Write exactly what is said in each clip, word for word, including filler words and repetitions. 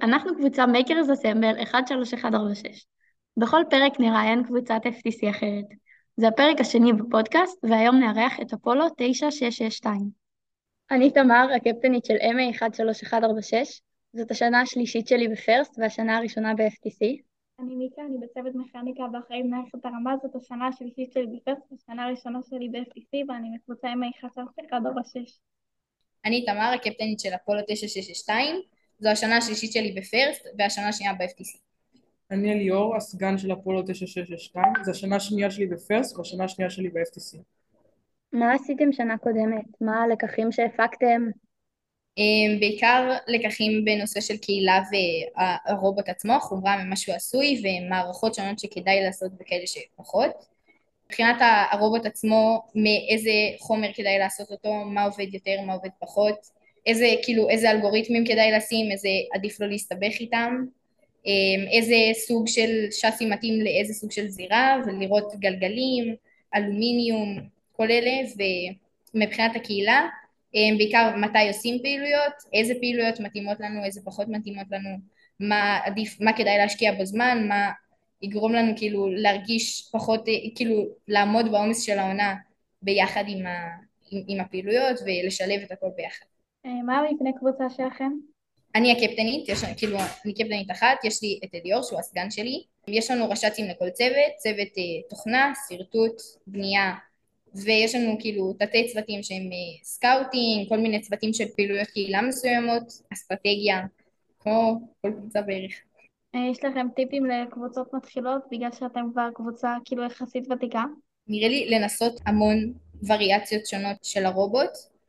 אנחנו קבוצה Makers Assemble אחת שלוש אחת ארבע שש. בכל פרק נראיין קבוצת אף טי סי אחרת. זה הפרק השני בפודקאסט, והיום נארח את אפולו תשע שש שש שתיים. אני תמר, הקפטנית של אם איי אחת שלוש אחת ארבע שש. זאת השנה השלישית שלי בפרסט והשנה הראשונה ב-אף טי סי. אני מיקה, אני בצוות מכניקה ואחראית מערכת הרמה, זאת השנה השלישית שלי בפרסט, השנה הראשונה שלי ב-אף טי סי ואני מקבוצה אם איי אחת שלוש אחת ארבע שש. אני תמר, הקפטנית של אפולו תשע שש שש שתיים, זו השנה השלישית שלי בפרסט והשנה השנייה ב-אף טי סי. אני אליאור, הסגן של אפולו תשע שש שש שתיים, זו השנה השנייה שלי בפרסט והשנה השנייה שלי ב-אף טי סי. מה עשיתם שנה קודמת? מה הלקחים שהפקתם? אמ, בעיקר לקחים בנושא של קהילה והרובוט עצמו, חומרה ממה שהוא עשוי ומערכות שונות שכדאי לעשות וכאלה שפחות. מבחינת הרובוט עצמו, מאיזה חומר כדאי לעשות אותו, מה עובד יותר, מה עובד פחות, איזה, כאילו, איזה אלגוריתמים כדאי לשים, איזה עדיף לא להסתבך איתם, אמ, איזה סוג של שסי מתאים לאיזה סוג של זירה, ולראות גלגלים, אלומיניום, כל אלה, ומבחינת הקהילה, אמ, בעיקר מתי עושים פעילויות, איזה פעילויות מתאימות לנו, איזה פחות מתאימות לנו, מה עדיף, מה כדאי להשקיע בזמן, מה יגרום לנו כאילו להרגיש פחות, כאילו לעמוד בעומס של העונה ביחד עם, ה, עם, עם הפעילויות ולשלב את הכל ביחד. אה, מה המבנה קבוצה שלכם? אני הקפטנית, יש, כאילו אני קפטנית אחת, יש לי את אליאור שהוא הסגן שלי, יש לנו רש"צים לכל צוות, צוות אה, תוכנה, שרטוט, בנייה, ויש לנו כאילו תתי צוותים שהם אה, סקאוטינג, כל מיני צוותים של פעילויות קהילה מסוימות, אסטרטגיה, כמו כל קבוצה בערך. אה, יש לכם טיפים לקבוצות מתחילות בגלל שאתם כבר קבוצה כאילו יחסית ותיקה? נראה לי לנסות המון וריאציות שונות של הרובוט,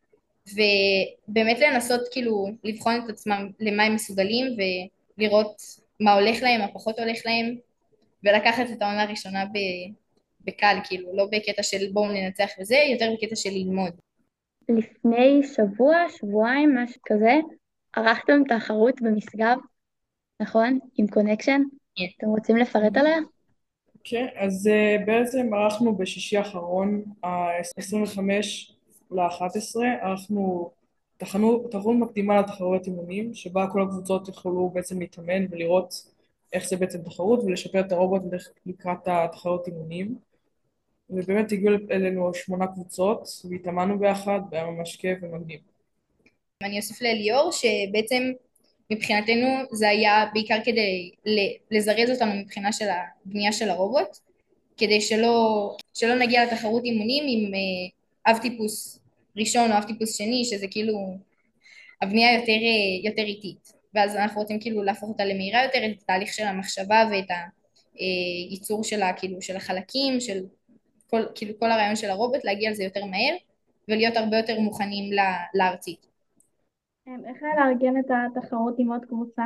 ובאמת לנסות כאילו לבחון את עצמם למה הם מסוגלים ולראות מה הולך להם, מה פחות הולך להם, ולקחת את העונה הראשונה ב- בקל, כאילו, לא בקטע של בואו ננצח וזה, יותר בקטע של ללמוד. לפני שבוע, שבועיים, משהו כזה, ערכתם תחרות במשגב, נכון? עם קונקשן? כן. אתם רוצים לפרט עליה? כן, אז uh, בעצם ערכנו בשישי האחרון, ה-עשרים וחמישה ל-אחת עשרה, ערכנו תחנו- תחרות מקדימה לתחרויות אימונים, שבה כל הקבוצות יכולו בעצם להתאמן ולראות איך זה בעצם תחרות ולשפר את הרובוט לקראת התחרויות אימונים. ובאמת הגיעו אלינו שמונה קבוצות והתאמנו ביחד, והיה ממש כיף ומגניב. אני אוסיף לאליאור שבעצם מבחינתנו זה היה בעיקר כדי ל- לזרז אותנו מבחינה של הבנייה של הרובוט, כדי שלא, שלא נגיע לתחרות אימונים עם אה, אב טיפוס ראשון או אב טיפוס שני, שזה כאילו הבנייה יותר, אה, יותר איטית, ואז אנחנו רוצים כאילו להפוך אותה למהירה יותר, את התהליך של המחשבה ואת הייצור שלה, כאילו של החלקים, של כל, כאילו כל הרעיון של הרובוט, להגיע לזה יותר מהר ולהיות הרבה יותר מוכנים ל- לארצית. אה, איך היה לארגן את התחרות עם עוד קבוצה?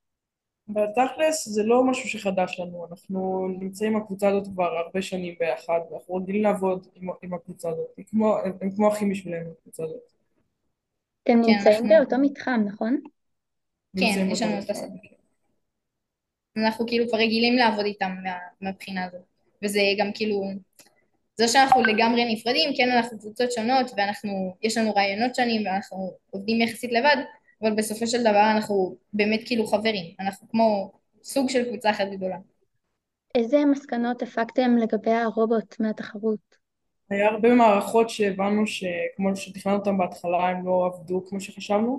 בתכלס זה לא משהו שחדש לנו, אנחנו נמצאים עם הקבוצה הזאת כבר הרבה שנים ביחד, ואנחנו רגילים לעבוד עם, עם הקבוצה הזאת, היא כמו, הם, הם כמו אחים בשבילנו, הקבוצה הזאת. אתם כן, נמצאים אנחנו, באותו מתחם, נכון? כן, נמצאים יש באותו לנו את מתחם. הסט. אנחנו כאילו כבר רגילים לעבוד איתם מה, מהבחינה הזאת, וזה גם כאילו, זה שאנחנו לגמרי נפרדים, כן אנחנו קבוצות שונות ואנחנו, יש לנו רעיונות שונים ואנחנו עובדים יחסית לבד, אבל בסופו של דבר אנחנו באמת כאילו חברים, אנחנו כמו סוג של קבוצה אחת גדולה. איזה מסקנות הפקתם לגבי הרובוט מהתחרות? היה הרבה מערכות שהבנו שכמו שתכננו אותן בהתחלה הם לא עבדו כמו שחשבנו,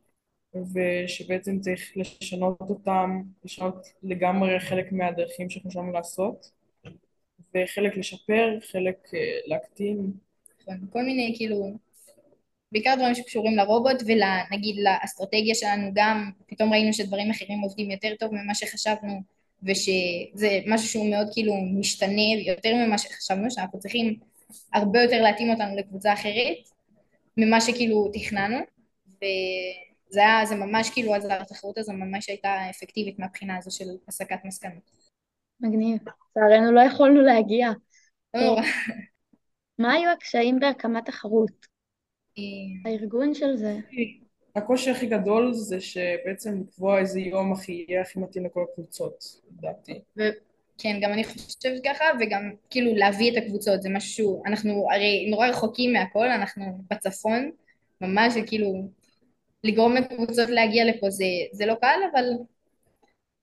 ושבעצם צריך לשנות אותם, לשנות לגמרי חלק מהדרכים שחשבנו לעשות, וחלק לשפר, חלק אה, להקטין. נכון, כל מיני כאילו, בעיקר דברים שקשורים לרובוט ונגיד לאסטרטגיה שלנו גם, פתאום ראינו שדברים אחרים עובדים יותר טוב ממה שחשבנו, ושזה משהו שהוא מאוד כאילו משתנה יותר ממה שחשבנו, שאנחנו צריכים הרבה יותר להתאים אותנו לקבוצה אחרת ממה שכאילו תכננו, וזה היה, זה ממש כאילו, אז התחרות הזו ממש הייתה אפקטיבית מהבחינה הזו של הסקת מסקנות. מגניב. לצערנו לא יכולנו להגיע. לא אה, נורא. מה היו הקשיים בהקמת תחרות? אה, הארגון של זה. הקושי הכי גדול זה שבעצם לקבוע איזה יום הכי יהיה הכי מתאים לכל הקבוצות, לדעתי. וכן, גם אני חושבת ככה, וגם כאילו להביא את הקבוצות, זה משהו, אנחנו הרי נורא רחוקים מהכל, אנחנו בצפון, ממש, וכאילו לגרום לקבוצות להגיע לפה זה, זה לא קל, אבל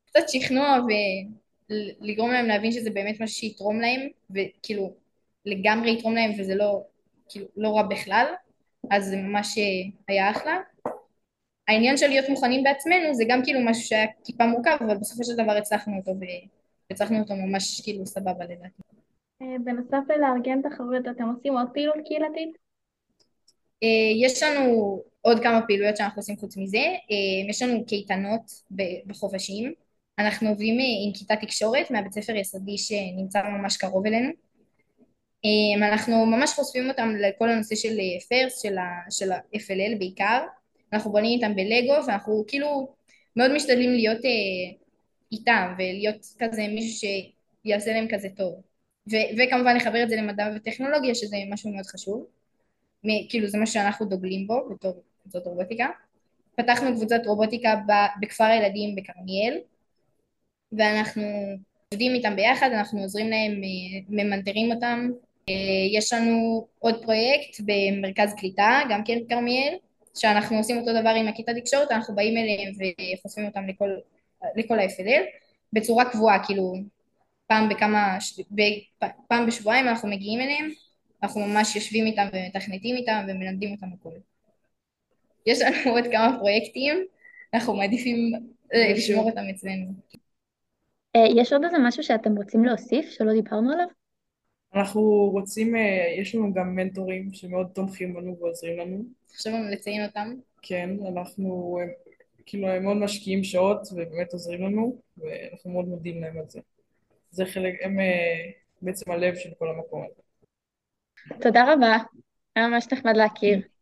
קצת שכנוע ולגרום להם להבין שזה באמת משהו שיתרום להם, וכאילו לגמרי יתרום להם וזה לא, כאילו, לא רע בכלל, אז זה ממש היה אחלה. העניין של להיות מוכנים בעצמנו זה גם כאילו משהו שהיה טיפה מורכב, אבל בסופו של דבר הצלחנו אותו והצלחנו אותו ממש כאילו סבבה לדעתי. אה, בנוסף ללארגן תחרויות, אתם עושים עוד פעילות קהילתית? אה, יש לנו עוד כמה פעילויות שאנחנו עושים חוץ מזה. אה, יש לנו קייטנות ב- בחופשים. אנחנו עובדים אה, עם כיתת תקשורת מהבית ספר יסודי שנמצא ממש קרוב אלינו. אה, אנחנו ממש חושפים אותם לכל הנושא של פרסט, של ה- של ה-אף אל אל בעיקר. אנחנו בונים איתם בלגו ואנחנו כאילו מאוד משתדלים להיות אה, איתם ולהיות כזה מישהו שיעשה להם כזה טוב. ו- וכמובן לחבר את זה למדע וטכנולוגיה שזה משהו מאוד חשוב. מ- כאילו זה מה שאנחנו דוגלים בו בתור קבוצות רובוטיקה. פתחנו קבוצת רובוטיקה ב- בכפר הילדים בכרמיאל, ואנחנו עובדים איתם ביחד, אנחנו עוזרים להם, אה, ממנטרים אותם. אה, יש לנו עוד פרויקט במרכז קליטה, גם כן בכרמיאל, שאנחנו עושים אותו דבר עם הכיתה תקשורת, אנחנו באים אליהם וחושפים אותם לכל, לכל ה-אף אל אל בצורה קבועה, כאילו פעם בכמה, ש- ב- פעם בשבועיים אנחנו מגיעים אליהם, אנחנו ממש יושבים איתם ומתכנתים איתם ומלמדים אותם הכל. יש לנו עוד כמה פרויקטים, אנחנו מעדיפים אה, לשמור אותם אצלנו. אה, יש עוד איזה משהו שאתם רוצים להוסיף שלא דיברנו עליו? אנחנו רוצים, אה, יש לנו גם מנטורים שמאוד תומכים בנו ועוזרים לנו. חשוב לנו לציין אותם. כן, אנחנו, אה, כאילו, הם מאוד משקיעים שעות ובאמת עוזרים לנו, ואנחנו מאוד מודים להם על זה. זה חלק, הם אה, בעצם הלב של כל המקום הזה. תודה רבה, היה ממש נחמד להכיר.